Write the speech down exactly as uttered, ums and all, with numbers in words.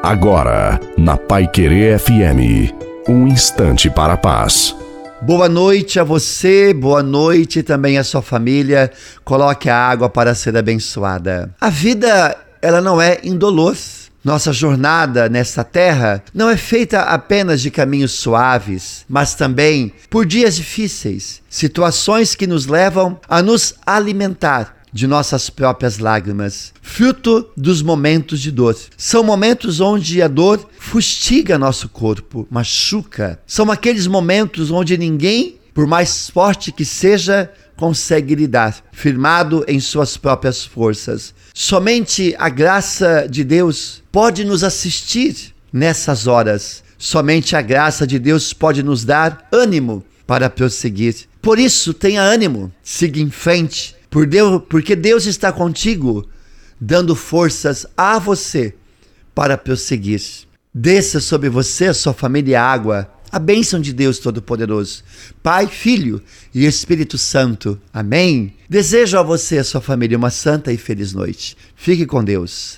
Agora, na Paiquerê F M, um instante para a paz. Boa noite a você, boa noite também à sua família. Coloque a água para ser abençoada. A vida, ela não é indolor. Nossa jornada nesta terra não é feita apenas de caminhos suaves, mas também por dias difíceis, situações que nos levam a nos alimentar de nossas próprias lágrimas, fruto dos momentos de dor. São momentos onde a dor fustiga nosso corpo, machuca. São aqueles momentos onde ninguém, por mais forte que seja, consegue lidar, firmado em suas próprias forças. Somente a graça de Deus pode nos assistir nessas horas. Somente a graça de Deus pode nos dar ânimo para prosseguir. Por isso, tenha ânimo, siga em frente, por Deus, porque Deus está contigo, dando forças a você para prosseguir. Desça sobre você, sua família, a água, a bênção de Deus Todo-Poderoso, Pai, Filho e Espírito Santo. Amém? Desejo a você e a sua família uma santa e feliz noite. Fique com Deus.